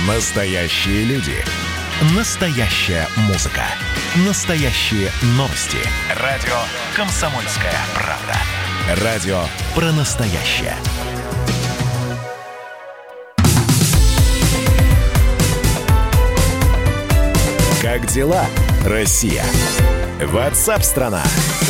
Настоящие люди. Настоящая музыка. Настоящие новости. Радио «Комсомольская правда». Радио про настоящее. Как дела, Россия? WhatsApp-страна.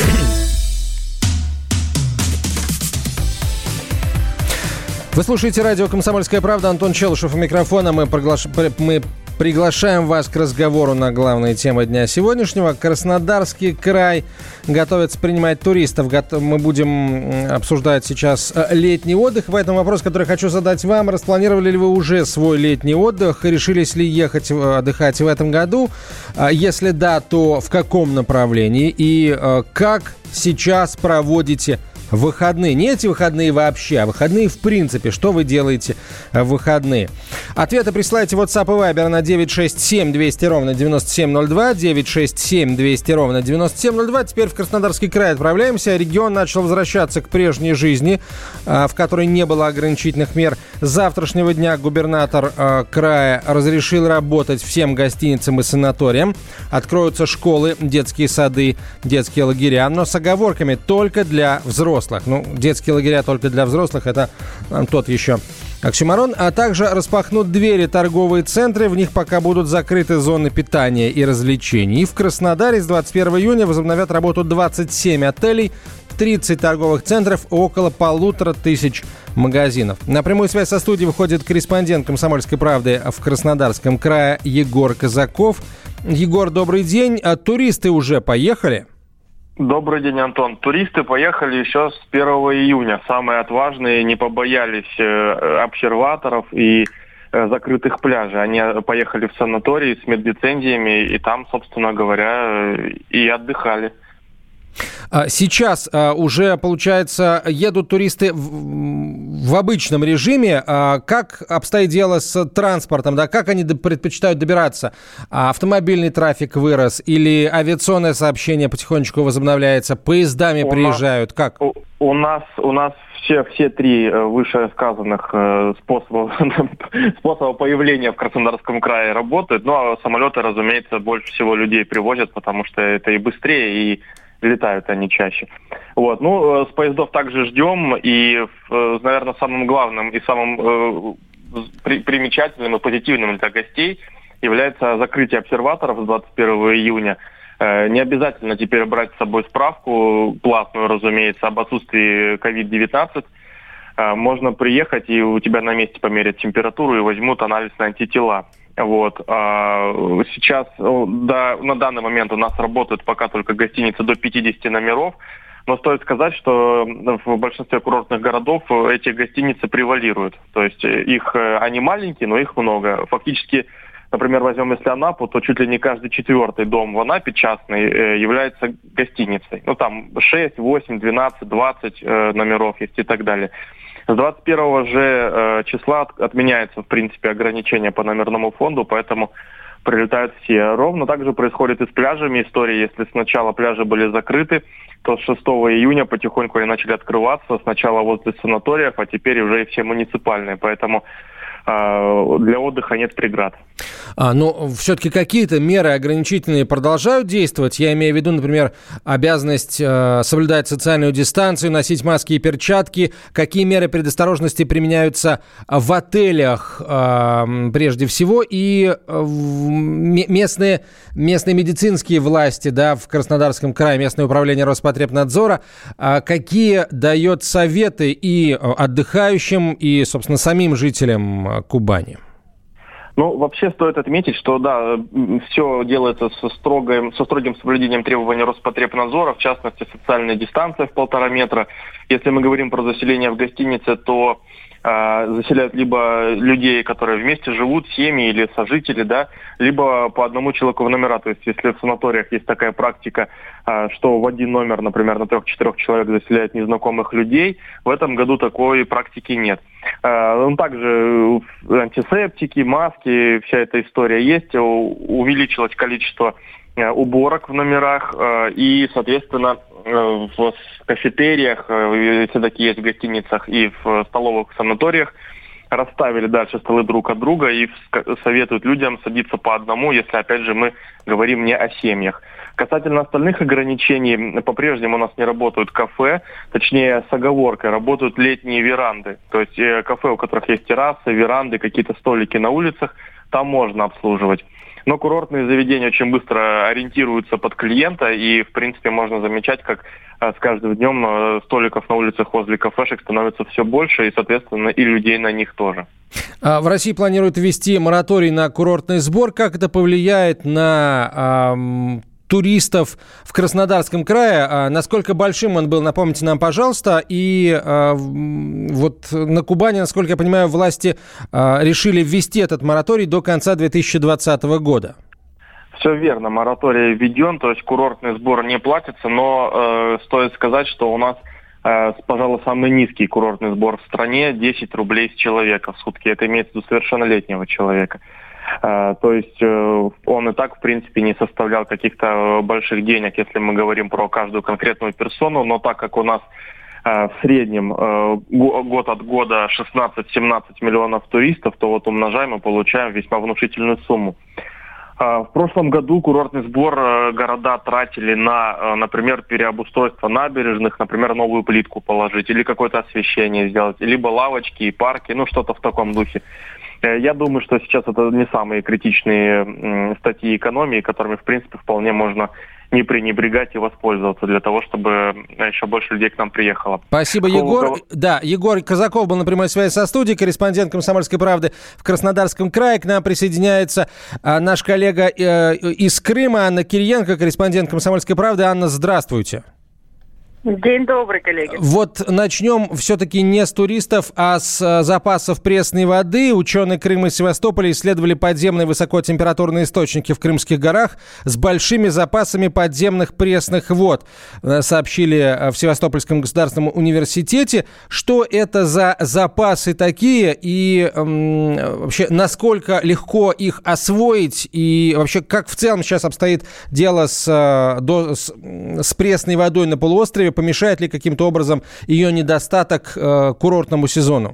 Вы слушаете радио «Комсомольская правда». Антон Челышев у микрофона. Мы приглашаем вас к разговору на главные темы дня сегодняшнего. Краснодарский край готовится принимать туристов. Мы будем обсуждать сейчас летний отдых. Поэтому вопрос, который хочу задать вам: распланировали ли вы уже свой летний отдых? Решились ли ехать отдыхать в этом году? Если да, то в каком направлении? И как сейчас проводите выходные? Не эти выходные вообще, а выходные в принципе. Что вы делаете в выходные? Ответы присылайте в WhatsApp и Viber на 967 200 ровно 9702. 967 200 ровно 9702. Теперь в Краснодарский край отправляемся. Регион начал возвращаться к прежней жизни, в которой не было ограничительных мер. С завтрашнего дня губернатор края разрешил работать всем гостиницам и санаториям. Откроются школы, детские сады, детские лагеря, но с оговорками: только для взрослых. Ну, детские лагеря только для взрослых — это тот еще оксюморон. А также распахнут двери торговые центры. В них пока будут закрыты зоны питания и развлечений. И в Краснодаре с 21 июня возобновят работу 27 отелей, 30 торговых центров, около 1500 магазинов. На прямую связь со студией выходит корреспондент «Комсомольской правды» в Краснодарском крае Егор Казаков. Егор, добрый день. Туристы уже поехали? Добрый день, Антон. Туристы поехали еще с 1 июня. Самые отважные не побоялись обсерваторов и закрытых пляжей. Они поехали в санатории с медлицензиями и там, собственно говоря, и отдыхали. Сейчас уже, получается, едут туристы в обычном режиме. Как обстоит дело с транспортом? Да? Как они предпочитают добираться? Автомобильный трафик вырос или авиационное сообщение потихонечку возобновляется? Поездами приезжают? Как? У нас все три вышесказанных способа появления в Краснодарском крае работают. Ну, а самолеты, разумеется, больше всего людей привозят, потому что это и быстрее, и летают они чаще. Вот. Ну, с поездов также ждем. И, наверное, самым главным и самым примечательным и позитивным для гостей является закрытие обсерваторов с 21 июня. Не обязательно теперь брать с собой справку, платную, разумеется, об отсутствии COVID-19. Можно приехать, и у тебя на месте померят температуру и возьмут анализ на антитела. Вот. Сейчас, на данный момент у нас работают пока только гостиницы до 50 номеров, но стоит сказать, что в большинстве курортных городов эти гостиницы превалируют. То есть они маленькие, но их много. Фактически, например, возьмем если Анапу, то чуть ли не каждый 4-й дом в Анапе частный является гостиницей. Ну там 6, 8, 12, 20 номеров есть и так далее. С 21 же числа отменяется, в принципе, ограничение по номерному фонду, поэтому прилетают все. Ровно так же происходит и с пляжами история. Если сначала пляжи были закрыты, то с 6 июня потихоньку они начали открываться. Сначала возле санаториев, а теперь уже и все муниципальные. Поэтому для отдыха нет преград. Но все-таки какие-то меры ограничительные продолжают действовать? Я имею в виду, например, обязанность соблюдать социальную дистанцию, носить маски и перчатки. Какие меры предосторожности применяются в отелях прежде всего? И местные медицинские власти, да, в Краснодарском крае, местное управление Роспотребнадзора, какие дает советы и отдыхающим, и, собственно, самим жителям Кубани? Ну, вообще стоит отметить, что да, все делается со строгим соблюдением требований Роспотребнадзора, в частности, социальная дистанция в 1,5 метра. Если мы говорим про заселение в гостинице, то заселяют либо людей, которые вместе живут, семьи или сожители, да, либо по одному человеку в номера. То есть, если в санаториях есть такая практика, что в один номер, например, на 3-4 человек заселяют незнакомых людей, в этом году такой практики нет. Также антисептики, маски, вся эта история есть. Увеличилось количество уборок в номерах и, соответственно, в кафетериях, если такие есть в гостиницах, и в столовых санаториях, расставили дальше столы друг от друга и советуют людям садиться по одному, если, опять же, мы говорим не о семьях. Касательно остальных ограничений, по-прежнему у нас не работают кафе, точнее, с оговоркой, работают летние веранды. То есть кафе, у которых есть террасы, веранды, какие-то столики на улицах, там можно обслуживать. Но курортные заведения очень быстро ориентируются под клиента, и, в принципе, можно замечать, как с каждым днем столиков на улицах возле кафешек становится все больше, и, соответственно, и людей на них тоже. В России планируют ввести мораторий на курортный сбор. Как это повлияет на туристов в Краснодарском крае? Насколько большим он был, напомните нам, пожалуйста. И вот на Кубани, насколько я понимаю, власти решили ввести этот мораторий до конца 2020 года. Все верно, мораторий введен, то есть курортный сбор не платится, но стоит сказать, что у нас, пожалуй, самый низкий курортный сбор в стране, 10 рублей с человека в сутки. Это имеется в виду совершеннолетнего человека. То есть он и так, в принципе, не составлял каких-то больших денег, если мы говорим про каждую конкретную персону, но так как у нас в среднем год от года 16-17 миллионов туристов, то вот умножаем и получаем весьма внушительную сумму. В прошлом году курортный сбор города тратили на, например, переобустройство набережных, например, новую плитку положить или какое-то освещение сделать, либо лавочки и парки, ну что-то в таком духе. Я думаю, что сейчас это не самые критичные статьи экономии, которыми, в принципе, вполне можно не пренебрегать и воспользоваться для того, чтобы еще больше людей к нам приехало. Спасибо, Егор. Да, Егор Казаков был на прямой связи со студией, корреспондент «Комсомольской правды» в Краснодарском крае. К нам присоединяется наш коллега из Крыма, Анна Кириенко, корреспондент «Комсомольской правды». Анна, здравствуйте. День добрый, коллеги. Вот начнем все-таки не с туристов, а с запасов пресной воды. Ученые Крыма и Севастополя исследовали подземные высокотемпературные источники в Крымских горах с большими запасами подземных пресных вод, сообщили в Севастопольском государственном университете. Что это за запасы такие и вообще насколько легко их освоить и вообще как в целом сейчас обстоит дело с пресной водой на полуострове? Помешает ли каким-то образом ее недостаток курортному сезону?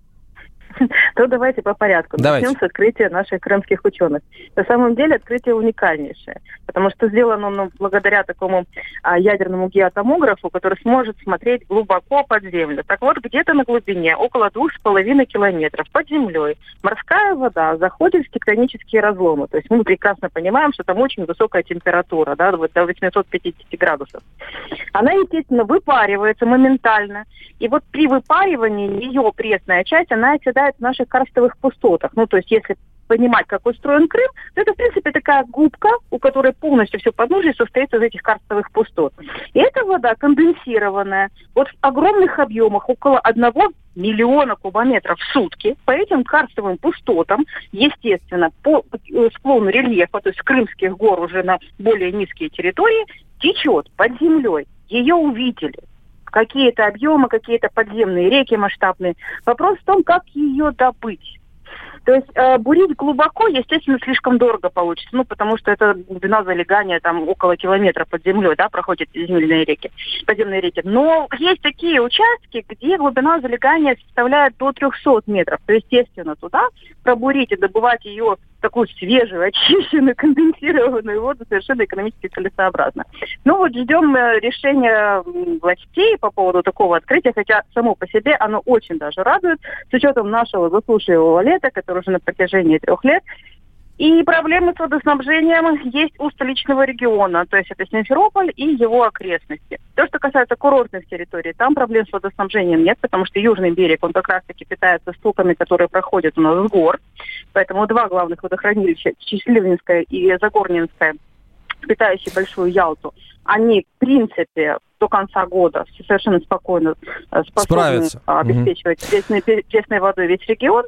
То давайте по порядку. Давайте. Начнем с открытия наших крымских ученых. На самом деле открытие уникальнейшее, потому что сделано оно благодаря такому ядерному геотомографу, который сможет смотреть глубоко под землю. Так вот, где-то на глубине, около 2,5 километров под землей, морская вода заходит в тектонические разломы. То есть мы прекрасно понимаем, что там очень высокая температура, да, до 850 градусов. Она, естественно, выпаривается моментально. И вот при выпаривании ее пресная часть, она оседает в наших карстовых пустотах. Ну, то есть, если понимать, как устроен Крым, то это, в принципе, такая губка, у которой полностью все подножие состоит из этих карстовых пустот. И эта вода конденсированная, вот в огромных объемах, около 1 миллиона кубометров в сутки, по этим карстовым пустотам, естественно, по склону рельефа, то есть с крымских гор уже на более низкие территории, течет под землей. Ее увидели. Какие-то объемы, какие-то подземные реки масштабные. Вопрос в том, как ее добыть. То есть бурить глубоко, естественно, слишком дорого получится. Ну, потому что это глубина залегания там около километра под землей, да, проходят подземные реки. Но есть такие участки, где глубина залегания составляет до 300 метров. То есть, естественно, туда пробурить и добывать ее такую свежую, очищенную, конденсированную воду совершенно экономически целесообразно. Ну вот ждем решения властей по поводу такого открытия, хотя само по себе оно очень даже радует, с учетом нашего засушливого лета, которое уже на протяжении 3 лет. И проблемы с водоснабжением есть у столичного региона, то есть это Симферополь и его окрестности. То, что касается курортных территорий, там проблем с водоснабжением нет, потому что южный берег, он как раз-таки питается стоками, которые проходят у нас с гор. Поэтому 2 главных водохранилища, Счастливинское и Загорнинское, питающие Большую Ялту, они, в принципе, до конца года совершенно спокойно способны обеспечивать пресной водой весь регион.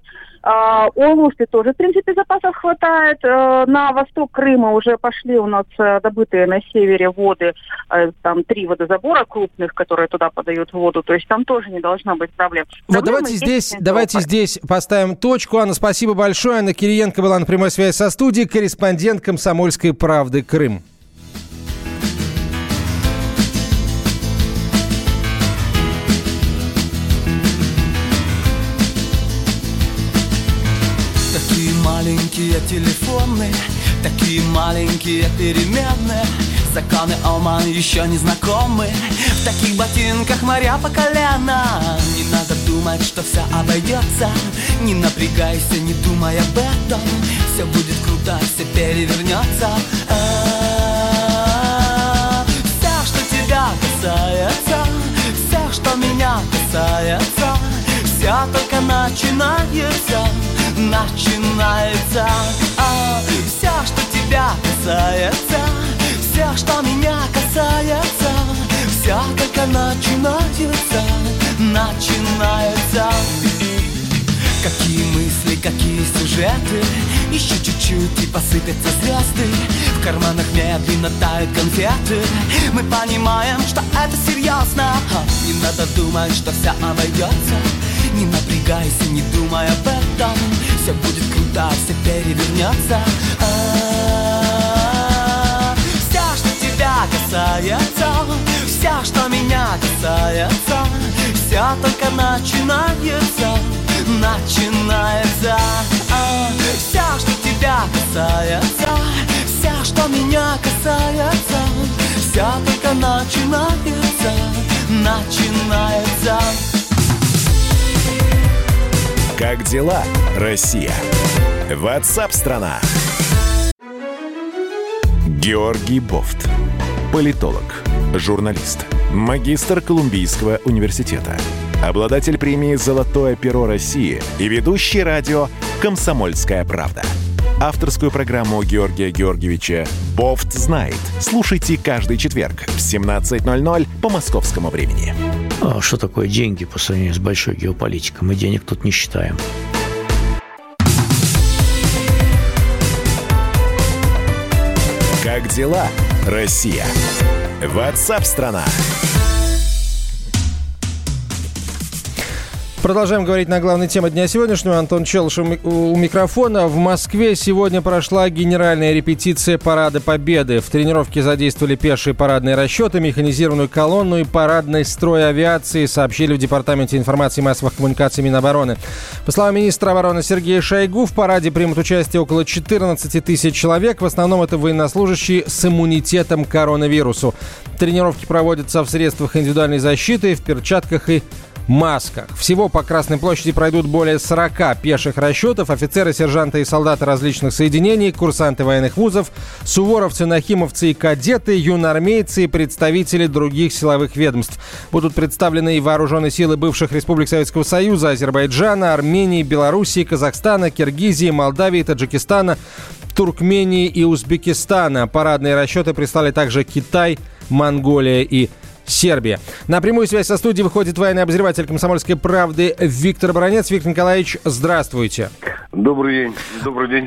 У Алушты тоже, в принципе, запасов хватает. На восток Крыма уже пошли у нас добытые на севере воды, там 3 водозабора крупных, которые туда подают воду, то есть там тоже не должно быть проблем. Вот давайте здесь поставим точку. Анна, спасибо большое. Анна Кириенко была на прямой связи со студией, корреспондент «Комсомольской правды» Крым. Такие маленькие телефоны, такие маленькие переменные. Законы Ома еще не знакомы. В таких ботинках моря по колено. Не надо думать, что все обойдется. Не напрягайся, не думай об этом. Все будет круто, все перевернется. Все, что тебя касается, все, что меня касается, все только начинается. Начинается. Все, что тебя касается, все, что меня касается, все только начинается. Начинается. Какие мысли, какие сюжеты, еще чуть-чуть и посыпятся звезды. В карманах медленно тают конфеты. Мы понимаем, что это серьезно. Не надо думать, что все обойдется. Не напрягайся, не думай об этом. Все будет круто, все перевернется. Все, что тебя касается, все, что меня касается, все только начинается. Начинается. Все, что тебя касается, все, что меня касается, все только начинается. Начинается. Как дела, Россия? WhatsApp-страна. Георгий Бофт. Политолог, журналист, магистр Колумбийского университета, обладатель премии «Золотое перо России» и ведущий радио «Комсомольская правда». Авторскую программу Георгия Георгиевича «Бофт знает». Слушайте каждый четверг в 17:00 по московскому времени. Что такое деньги по сравнению с большой геополитикой? Мы денег тут не считаем. Как дела, Россия? WhatsApp-страна. Продолжаем говорить на главной теме дня сегодняшнего. Антон Челышев у микрофона. В Москве сегодня прошла генеральная репетиция Парада Победы. В тренировке задействовали пешие парадные расчеты, механизированную колонну и парадный строй авиации, сообщили в Департаменте информации и массовых коммуникаций Минобороны. По словам министра обороны Сергея Шойгу, в параде примут участие около 14 тысяч человек. В основном это военнослужащие с иммунитетом к коронавирусу. Тренировки проводятся в средствах индивидуальной защиты, в перчатках и масках. Всего по Красной площади пройдут более 40 пеших расчетов. Офицеры, сержанты и солдаты различных соединений, курсанты военных вузов, суворовцы, нахимовцы и кадеты, юноармейцы и представители других силовых ведомств. Будут представлены и вооруженные силы бывших республик Советского Союза, Азербайджана, Армении, Белоруссии, Казахстана, Киргизии, Молдавии, Таджикистана, Туркмении и Узбекистана. Парадные расчеты прислали также Китай, Монголия и Сербия. На прямую связь со студией выходит военный обозреватель «Комсомольской правды» Виктор Баранец. Виктор Николаевич, здравствуйте. Добрый день. Добрый день.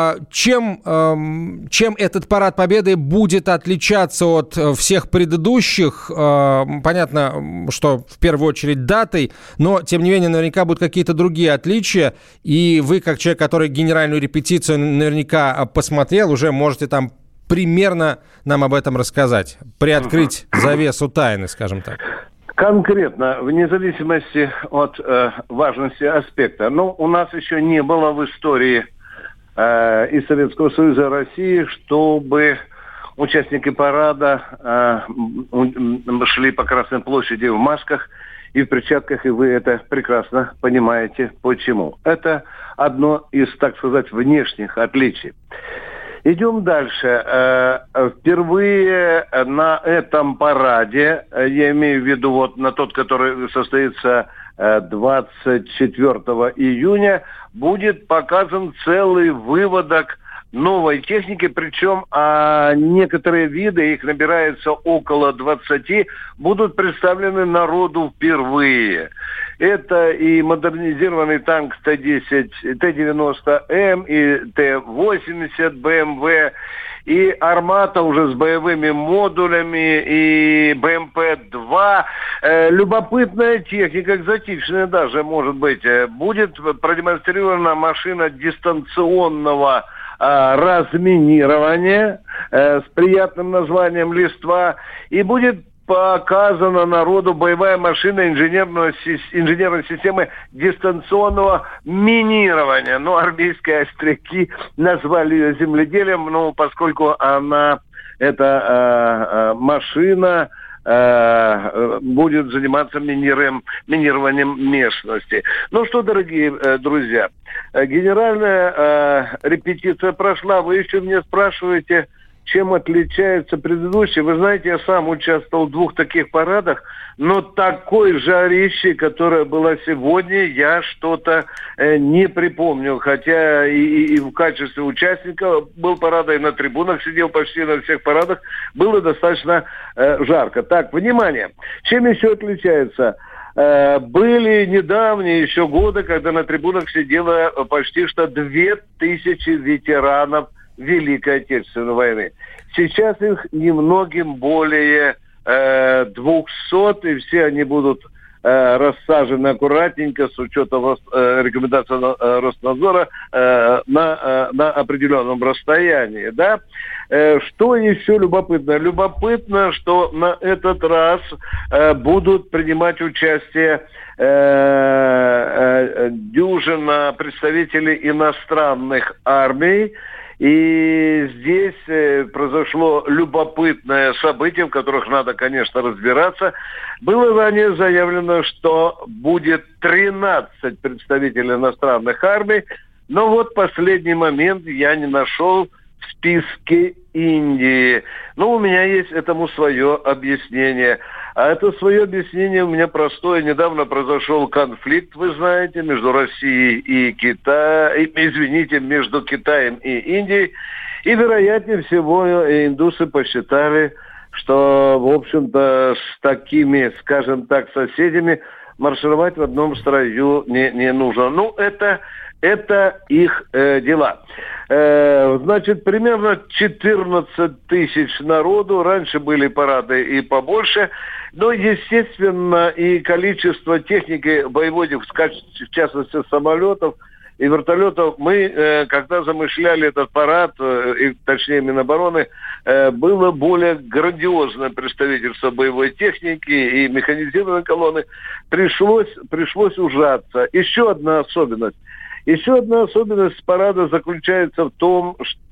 Чем этот парад Победы будет отличаться от всех предыдущих? Понятно, что в первую очередь датой, но, тем не менее, наверняка будут какие-то другие отличия. И вы, как человек, который генеральную репетицию наверняка посмотрел, уже можете там примерно нам об этом рассказать, приоткрыть завесу тайны, скажем так. Конкретно, вне зависимости от важности аспекта. Но у нас еще не было в истории и Советского Союза, и России, чтобы участники парада шли по Красной площади в масках и в перчатках, и вы это прекрасно понимаете, почему. Это одно из, так сказать, внешних отличий. Идем дальше. Впервые на этом параде, я имею в виду вот на тот, который состоится 24 июня, будет показан целый выводок новой техники, причем некоторые виды, их набирается около 20, будут представлены народу впервые. Это и модернизированный танк Т-10, Т-90М, и Т-80 БМВ, и «Армата» уже с боевыми модулями, и БМП-2. Любопытная техника, экзотичная даже, может быть. Будет продемонстрирована машина дистанционного разминирования с приятным названием «Листва», и будет показана народу боевая машина инженерной системы дистанционного минирования. Ну, армейские остряки назвали ее земледелием, ну, поскольку она, эта машина, будет заниматься минированием местности. Ну что, дорогие друзья, генеральная репетиция прошла. Вы еще меня спрашиваете, чем отличается предыдущий. Вы знаете, я сам участвовал в 2 таких парадах, но такой жарищи, которая была сегодня, я что-то не припомню. Хотя и в качестве участника был парада, и на трибунах сидел почти на всех парадах. Было достаточно жарко. Так, внимание. Чем еще отличается? Были недавние еще годы, когда на трибунах сидело почти что 2000 ветеранов Великой Отечественной войны. Сейчас их немногим более 200, и все они будут рассажены аккуратненько с учетом рекомендаций Роснадзора на определенном расстоянии. Да? Что еще любопытно? Любопытно, что на этот раз будут принимать участие дюжина представителей иностранных армий. И здесь произошло любопытное событие, в которых надо, конечно, разбираться. Было ранее заявлено, что будет 13 представителей иностранных армий, но вот в последний момент я не нашел в списке Индии. Но у меня есть этому свое объяснение. А это свое объяснение у меня простое. Недавно произошел конфликт, вы знаете, между Россией и Китаем, между Китаем и Индией. И, вероятнее всего, индусы посчитали, что, в общем-то, с такими, скажем так, соседями маршировать в одном строю не нужно. Ну, это их дела. Значит, примерно 14 тысяч народу. Раньше были парады и побольше. Но, естественно, и количество техники боевой, в частности, самолетов и вертолетов, мы, когда замышляли этот парад, точнее Минобороны, было более грандиозное представительство боевой техники и механизированной колонны. Пришлось ужаться. Еще одна особенность парада заключается в том,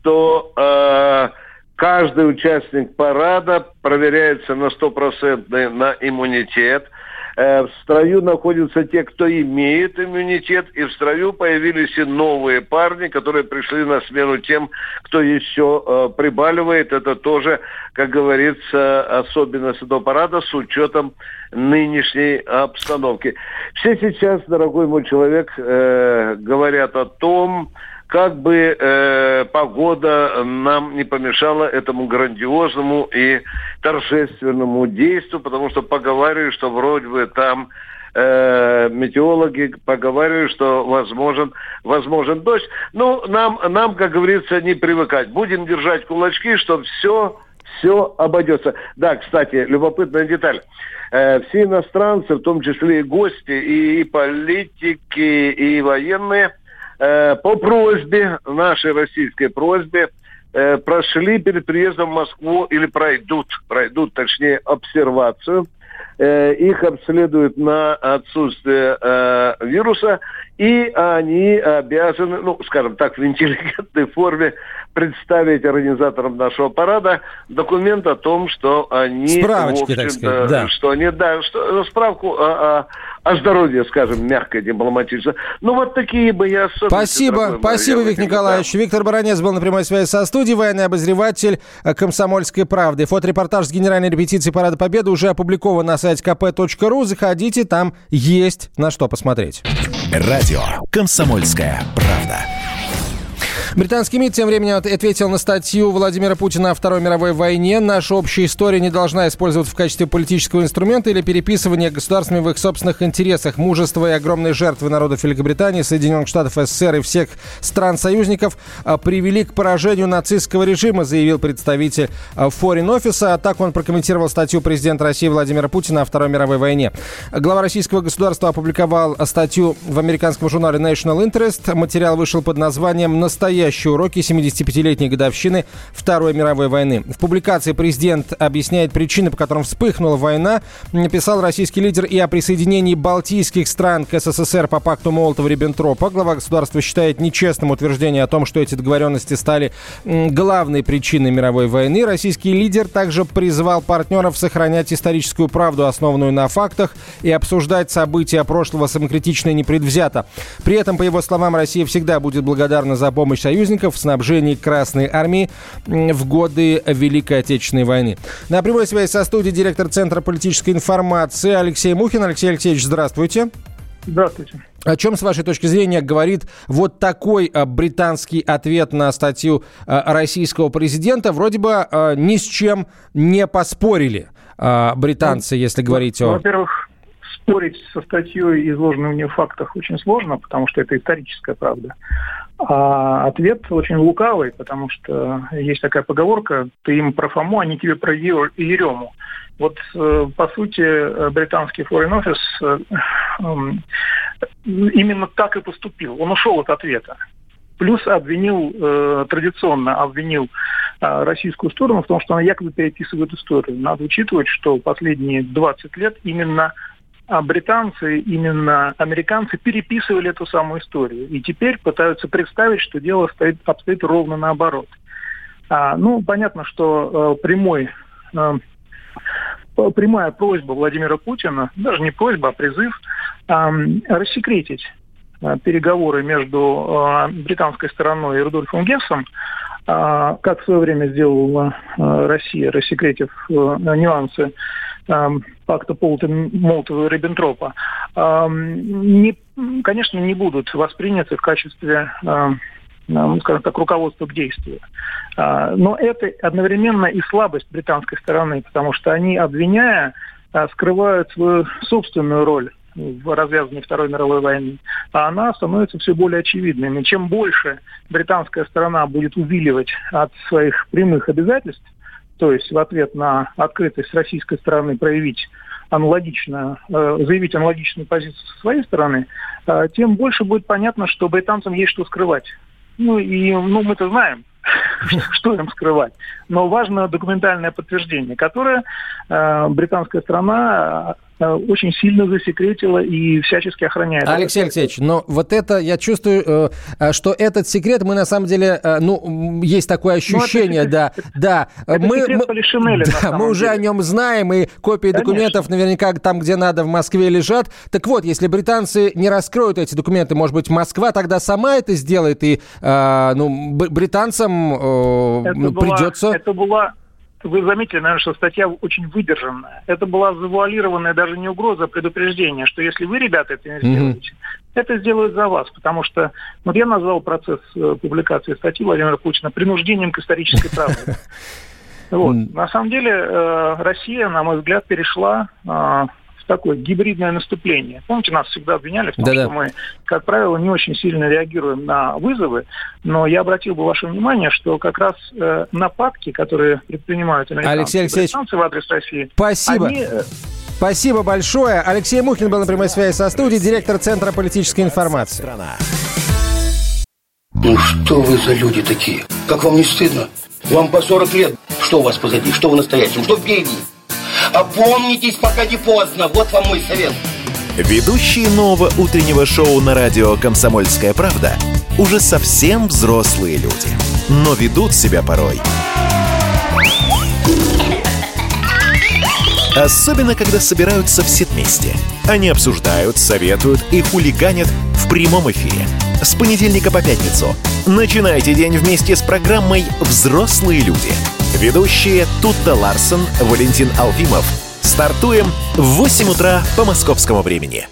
что каждый участник парада проверяется на 100% на иммунитет. В строю находятся те, кто имеет иммунитет, и в строю появились и новые парни, которые пришли на смену тем, кто еще прибаливает. Это тоже, как говорится, особенность этого парада с учетом нынешней обстановки. Все сейчас, дорогой мой человек, говорят о том, как бы погода нам не помешала этому грандиозному и торжественному действию, потому что поговаривают, что вроде бы там метеорологи поговаривают, что возможен дождь. Ну, нам, как говорится, не привыкать. Будем держать кулачки, что все обойдется. Да, кстати, любопытная деталь. Все иностранцы, в том числе и гости, и политики, и военные, по просьбе, нашей российской просьбе, прошли перед приездом в Москву или пройдут, точнее, обсервацию. Их обследуют на отсутствие вируса, и они обязаны, ну, скажем так, в интеллигентной форме представить организаторам нашего парада документ о том, что они... Справочки, так сказать, да. Что они, да, справку о здоровье, скажем, мягко, дипломатично. Ну, вот такие бы я особенно... Спасибо, Виктор Николаевич. Да. Виктор Баранец был на прямой связи со студией, военный обозреватель «Комсомольской правды». Фоторепортаж с генеральной репетиции Парада Победы уже опубликован на сайте kp.ru. Заходите, там есть на что посмотреть. Радио «Комсомольская правда». Британский МИД тем временем ответил на статью Владимира Путина о Второй мировой войне. Наша общая история не должна использоваться в качестве политического инструмента или переписывания государствами в их собственных интересах. Мужество и огромные жертвы народов Великобритании, Соединенных Штатов СССР и всех стран-союзников привели к поражению нацистского режима, заявил представитель Foreign Office. А так он прокомментировал статью президента России Владимира Путина о Второй мировой войне. Глава российского государства опубликовал статью в американском журнале National Interest. Материал вышел под названием «Настоящий настоящие уроки 75-летней годовщины Второй мировой войны. В публикации президент объясняет причины, по которым вспыхнула война. Написал российский лидер и о присоединении балтийских стран к СССР по пакту Молотова-Риббентропа. Глава государства считает нечестным утверждение о том, что эти договоренности стали главной причиной мировой войны. Российский лидер также призвал партнеров сохранять историческую правду, основанную на фактах, и обсуждать события прошлого самокритично и непредвзято. При этом, по его словам, Россия всегда будет благодарна за помощь союзников в снабжении Красной Армии в годы Великой Отечественной войны. На прямой связи со студией директор Центра политической информации Алексей Мухин. Алексей Алексеевич, здравствуйте. Здравствуйте. О чем, с вашей точки зрения, говорит вот такой британский ответ на статью российского президента? Вроде бы ни с чем не поспорили британцы, если говорить о... Во-первых, спорить со статьей, изложенной в нее в фактах, очень сложно, потому что это историческая правда. А ответ очень лукавый, потому что есть такая поговорка: ты им про Фому, а не тебе про Ерему. Вот, по сути, британский Foreign Office именно так и поступил. Он ушел от ответа. Плюс традиционно обвинил российскую сторону в том, что она якобы переписывает историю. Надо учитывать, что последние 20 лет именно британцы, именно американцы переписывали эту самую историю. И теперь пытаются представить, что дело обстоит ровно наоборот. Понятно, что прямая просьба Владимира Путина, даже не просьба, а призыв, рассекретить переговоры между британской стороной и Рудольфом Гессом, как в свое время сделала Россия, рассекретив нюансы пакта Молотова-Риббентропа, конечно, не будут восприняты в качестве, скажем так, руководства к действию. Но это одновременно и слабость британской стороны, потому что они, обвиняя, скрывают свою собственную роль в развязывании Второй мировой войны, а она становится все более очевидной. И чем больше британская сторона будет увиливать от своих прямых обязательств, то есть в ответ на открытость российской стороны заявить аналогичную позицию со своей стороны, тем больше будет понятно, что британцам есть что скрывать. Мы-то знаем, что им скрывать. Но важно документальное подтверждение, которое британская сторона очень сильно засекретила и всячески охраняет. Алексей Алексеевич, но вот это, я чувствую, что этот секрет, мы на самом деле, есть такое ощущение, мы уже о нем знаем, и копии документов наверняка там, где надо, в Москве лежат. Так вот, если британцы не раскроют эти документы, может быть, Москва тогда сама это сделает, и британцам придется... Вы заметили, наверное, что статья очень выдержанная. Это была завуалированная даже не угроза, а предупреждение, что если вы, ребята, это не сделаете, это сделают за вас. Потому что я назвал процесс публикации статьи Владимира Путина принуждением к исторической правде. На самом деле Россия, на мой взгляд, перешла в такое гибридное наступление. Помните, нас всегда обвиняли в том, что мы, как правило, не очень сильно реагируем на вызовы, но я обратил бы ваше внимание, что как раз нападки, которые предпринимают американцы, британцы в адрес России... Спасибо. Спасибо большое. Алексей Мухин был на прямой связи со студией, директор Центра политической информации. Что вы за люди такие? Как вам не стыдно? Вам по 40 лет. Что у вас позади? Что в настоящем? Что впереди? Опомнитесь, пока не поздно. Вот вам мой совет. Ведущие нового утреннего шоу на радио «Комсомольская правда» уже совсем взрослые люди, но ведут себя порой. Особенно, когда собираются все вместе. Они обсуждают, советуют и хулиганят в прямом эфире. С понедельника по пятницу. Начинайте день вместе с программой «Взрослые люди». Ведущие Тутта Ларсон, Валентин Алфимов. Стартуем в 8 утра по московскому времени.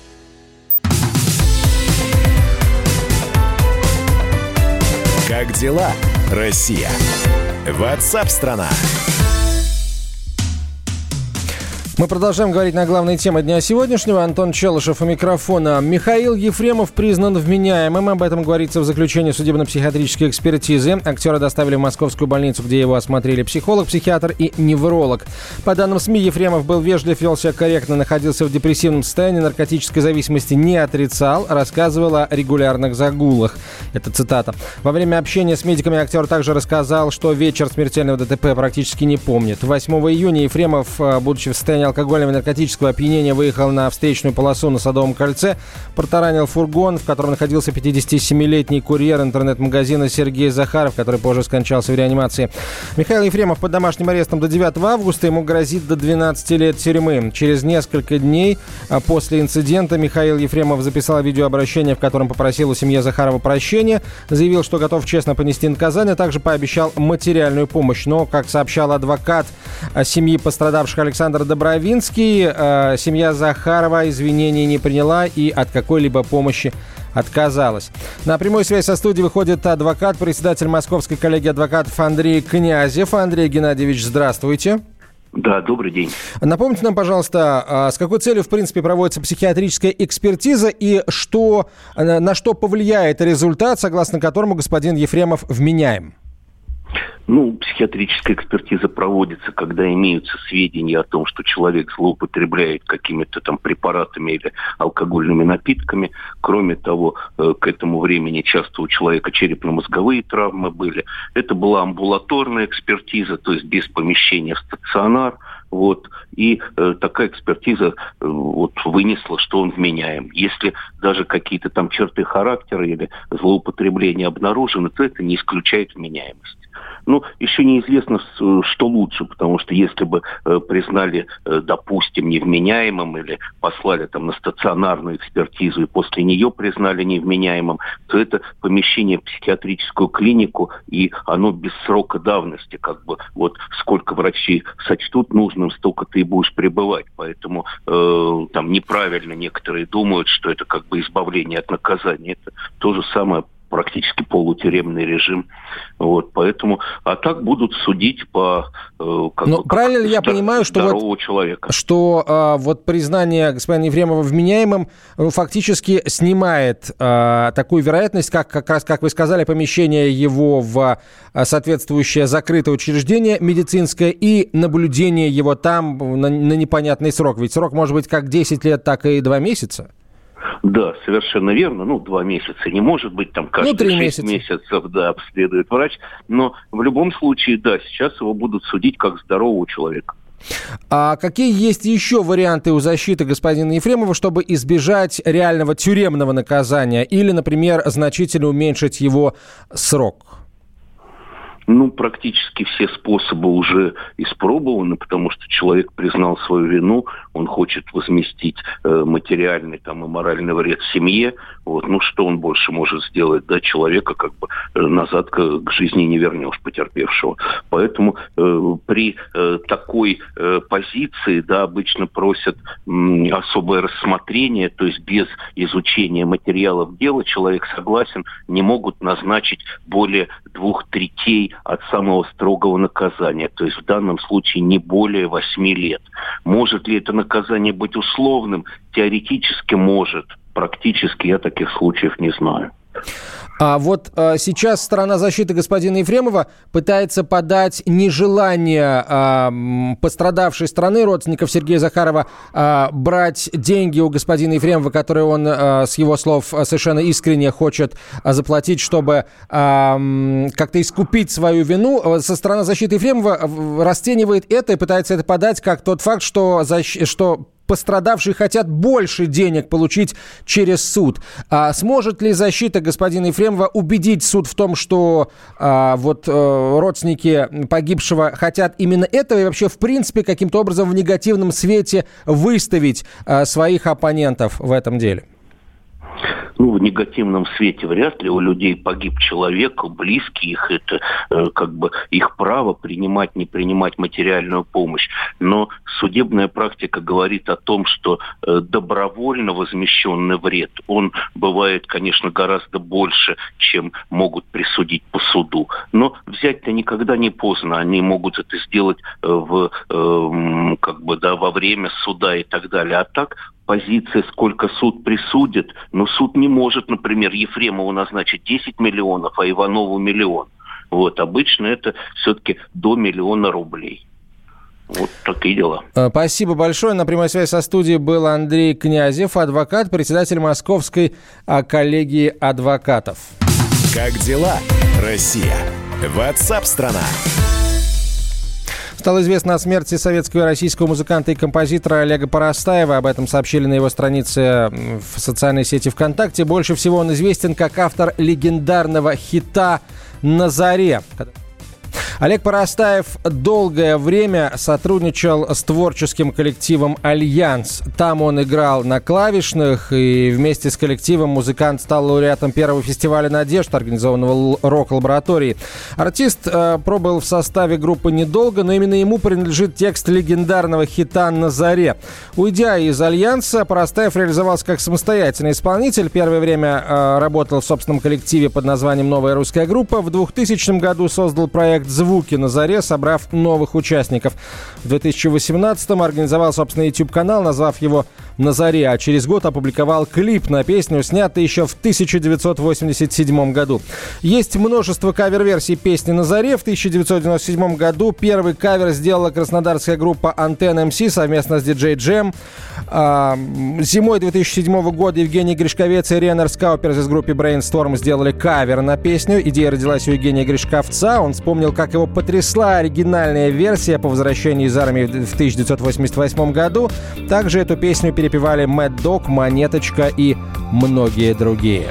Как дела, Россия? WhatsApp-страна. Мы продолжаем говорить на главные темы дня сегодняшнего. Антон Челышев у микрофона. Михаил Ефремов признан вменяемым. Об этом говорится в заключении судебно-психиатрической экспертизы. Актера доставили в московскую больницу, где его осмотрели психолог, психиатр и невролог. По данным СМИ, Ефремов был вежлив, вел себя корректно, находился в депрессивном состоянии, наркотической зависимости не отрицал, рассказывал о регулярных загулах. Это цитата. Во время общения с медиками актер также рассказал, что вечер смертельного ДТП практически не помнит. 8 июня Ефремов, будучи в состоянии алкогольного и наркотического опьянения, выехал на встречную полосу на Садовом кольце, протаранил фургон, в котором находился 57-летний курьер интернет-магазина Сергей Захаров, который позже скончался в реанимации. Михаил Ефремов под домашним арестом до 9 августа, ему грозит до 12 лет тюрьмы. Через несколько дней после инцидента Михаил Ефремов записал видеообращение, в котором попросил у семьи Захарова прощения, заявил, что готов честно понести наказание, также пообещал материальную помощь. Но, как сообщал адвокат семьи пострадавших Александр Добровинский, семья Захарова извинений не приняла и от какой-либо помощи отказалась. На прямую связь со студией выходит адвокат, председатель Московской коллегии адвокатов Андрей Князев. Андрей Геннадьевич, здравствуйте. Да, добрый день. Напомните нам, пожалуйста, с какой целью, в принципе, проводится психиатрическая экспертиза и на что повлияет результат, согласно которому господин Ефремов вменяем? Психиатрическая экспертиза проводится, когда имеются сведения о том, что человек злоупотребляет какими-то там препаратами или алкогольными напитками. Кроме того, к этому времени часто у человека черепно-мозговые травмы были. Это была амбулаторная экспертиза, то есть без помещения в стационар. И такая экспертиза вынесла, что он вменяем. Если даже какие-то там черты характера или злоупотребления обнаружены, то это не исключает вменяемость. Еще неизвестно, что лучше, потому что если бы признали, допустим, невменяемым или послали там на стационарную экспертизу и после нее признали невменяемым, то это помещение в психиатрическую клинику, и оно без срока давности, сколько врачи сочтут нужным, столько ты и будешь пребывать. Поэтому там неправильно некоторые думают, что это избавление от наказания. Это то же самое, практически полутюремный режим. Поэтому, так будут судить по правильно ли я понимаю, что здорового человека? Что признание господина Ефремова вменяемым фактически снимает такую вероятность, как раз, как вы сказали, помещение его в соответствующее закрытое учреждение медицинское и наблюдение его там на непонятный срок. Ведь срок может быть как 10 лет, так и 2 месяца. Да, совершенно верно. 2 месяца не может быть, там каждые 6 месяцев, обследует врач. Но в любом случае, сейчас его будут судить как здорового человека. А какие есть еще варианты у защиты господина Ефремова, чтобы избежать реального тюремного наказания или, например, значительно уменьшить его срок? Практически все способы уже испробованы, потому что человек признал свою вину, он хочет возместить материальный и моральный вред семье. Что он больше может сделать? Человека назад к жизни не вернешь потерпевшего. Поэтому при такой позиции, обычно просят особое рассмотрение, то есть без изучения материалов дела человек согласен, не могут назначить более 2/3 от самого строгого наказания, то есть в данном случае не более 8 лет. Может ли это наказание быть условным? Теоретически может. Практически я таких случаев не знаю. А сейчас сторона защиты господина Ефремова пытается подать нежелание пострадавшей стороны, родственников Сергея Захарова, брать деньги у господина Ефремова, которые он, с его слов, совершенно искренне хочет заплатить, чтобы как-то искупить свою вину. Со стороны защиты Ефремова расценивает это и пытается это подать как тот факт, что пострадавшие хотят больше денег получить через суд. Сможет ли защита господина Ефремова убедить суд в том, что родственники погибшего хотят именно этого и вообще, в принципе, каким-то образом в негативном свете выставить своих оппонентов в этом деле? В негативном свете вряд ли. У людей погиб человек, близкий их, это их право принимать, не принимать материальную помощь. Но судебная практика говорит о том, что добровольно возмещенный вред, он бывает, конечно, гораздо больше, чем могут присудить по суду. Но взять-то никогда не поздно. Они могут это сделать во время суда и так далее. А так позиция, сколько суд присудит, но суд не может, например, Ефремову назначить 10 миллионов, а Иванову миллион. Вот, обычно это все-таки до 1 миллиона рублей. Вот такие дела. Спасибо большое. На прямой связи со студией был Андрей Князев, адвокат, председатель Московской коллегии адвокатов. Как дела, Россия? WhatsApp-страна. Стало известно о смерти советского и российского музыканта и композитора Олега Поростаева. Об этом сообщили на его странице в социальной сети ВКонтакте. Больше всего он известен как автор легендарного хита «На заре». Олег Поростаев долгое время сотрудничал с творческим коллективом «Альянс». Там он играл на клавишных, и вместе с коллективом музыкант стал лауреатом первого фестиваля «Надежд», организованного «Рок-лабораторией». Артист пробыл в составе группы недолго, но именно ему принадлежит текст легендарного хита «На заре». Уйдя из «Альянса», Поростаев реализовался как самостоятельный исполнитель. Первое время работал в собственном коллективе под названием «Новая русская группа». В 2000 году создал проект «Звуки на заре», собрав новых участников. В 2018-м организовал собственный YouTube-канал, назвав его «На заре», а через год опубликовал клип на песню, снятый еще в 1987 году. Есть множество кавер-версий песни «На заре». В 1997 году первый кавер сделала краснодарская группа «Антенна МС» совместно с диджей Джем. Зимой 2007 года Евгений Гришковец и Ренер Скауперс из группы Brainstorm сделали кавер на песню. Идея родилась у Евгения Гришковца. Он вспомнил, как его потрясла оригинальная версия по возвращении из армии в 1988 году. Также эту песню перепевали Mad Dog, Монеточка и многие другие.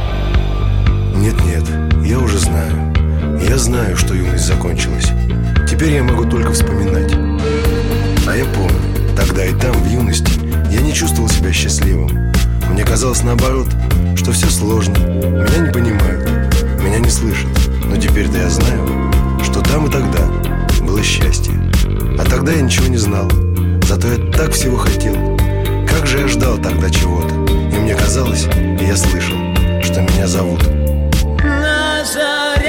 Нет, я уже знаю. Я знаю, что юность закончилась. Теперь я могу только вспоминать. А я помню, тогда и там, в юности, я не чувствовал себя счастливым. Мне казалось наоборот, что все сложно. Меня не понимают, меня не слышат. Но теперь-то я знаю, что там и тогда было счастье. А тогда я ничего не знал. Зато я так всего хотел. Как же я ждал тогда чего-то. И мне казалось, и я слышал, что меня зовут. На заре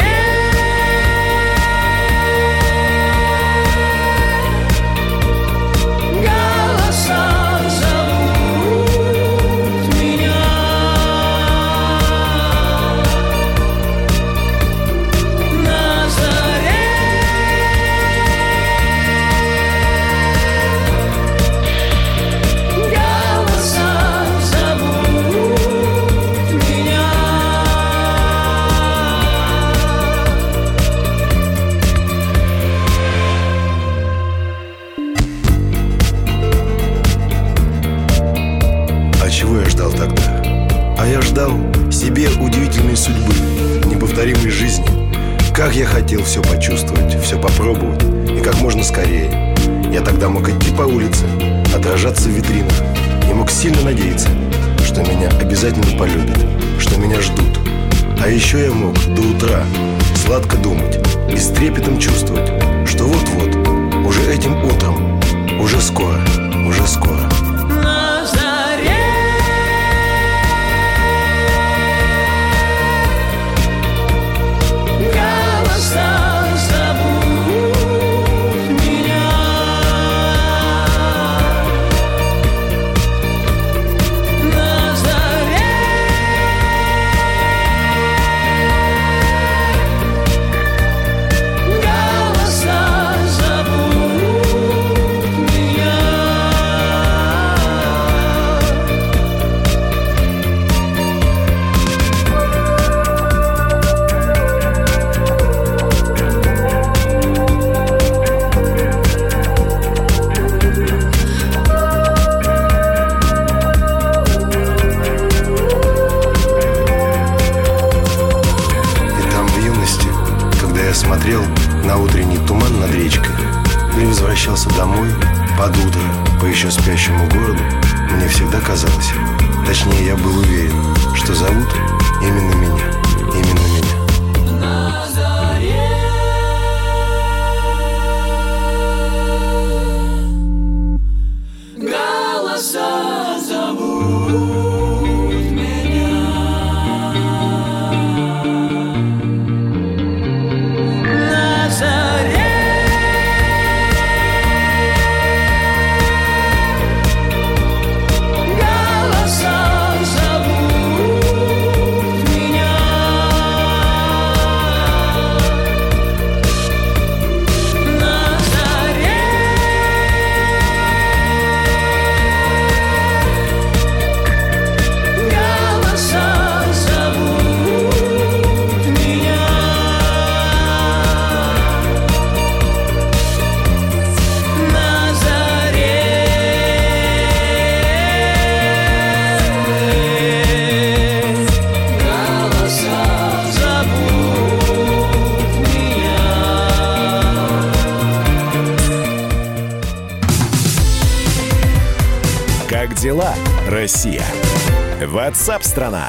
голоса зовут меня. На заре голоса зовут меня. А чего я ждал тогда? А я ждал себе удивительной судьбы, неповторимой жизни. Как я хотел все почувствовать, все попробовать, и как можно скорее. Я тогда мог идти по улице, отражаться в витринах, и мог сильно надеяться, что меня обязательно полюбят, что меня ждут. А еще я мог до утра сладко думать и с трепетом чувствовать, что вот-вот, уже этим утром, уже скоро, уже скоро. На заре голоса зовут меня. На заре голоса зовут меня. И там в юности, когда я смотрел на утренний туман над речкой или возвращался домой под утро по еще спящему городу, мне всегда казалось, точнее я был уверен, что зовут именно меня, именно меня. На заре голоса зовут меня. Россия. WhatsApp-страна.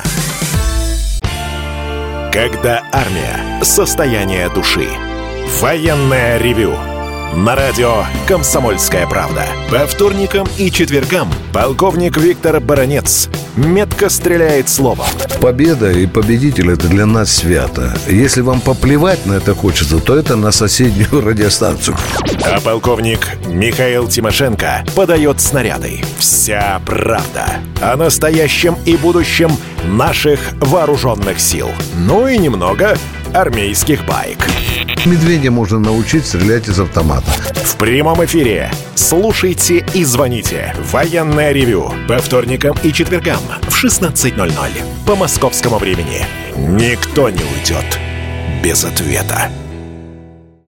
Когда армия. Состояние души. Военное ревю. На радио «Комсомольская правда». По вторникам и четвергам полковник Виктор Баранец метко стреляет словом. Победа и победитель – это для нас свято. Если вам поплевать на это хочется, то это на соседнюю радиостанцию. А полковник Михаил Тимошенко подает снаряды. Вся правда о настоящем и будущем наших вооруженных сил. Ну и немного армейских баек. Медведя можно научить стрелять из автомата. В прямом эфире. Слушайте и звоните. Военное ревю. По вторникам и четвергам в 16:00 по московскому времени. Никто не уйдет без ответа.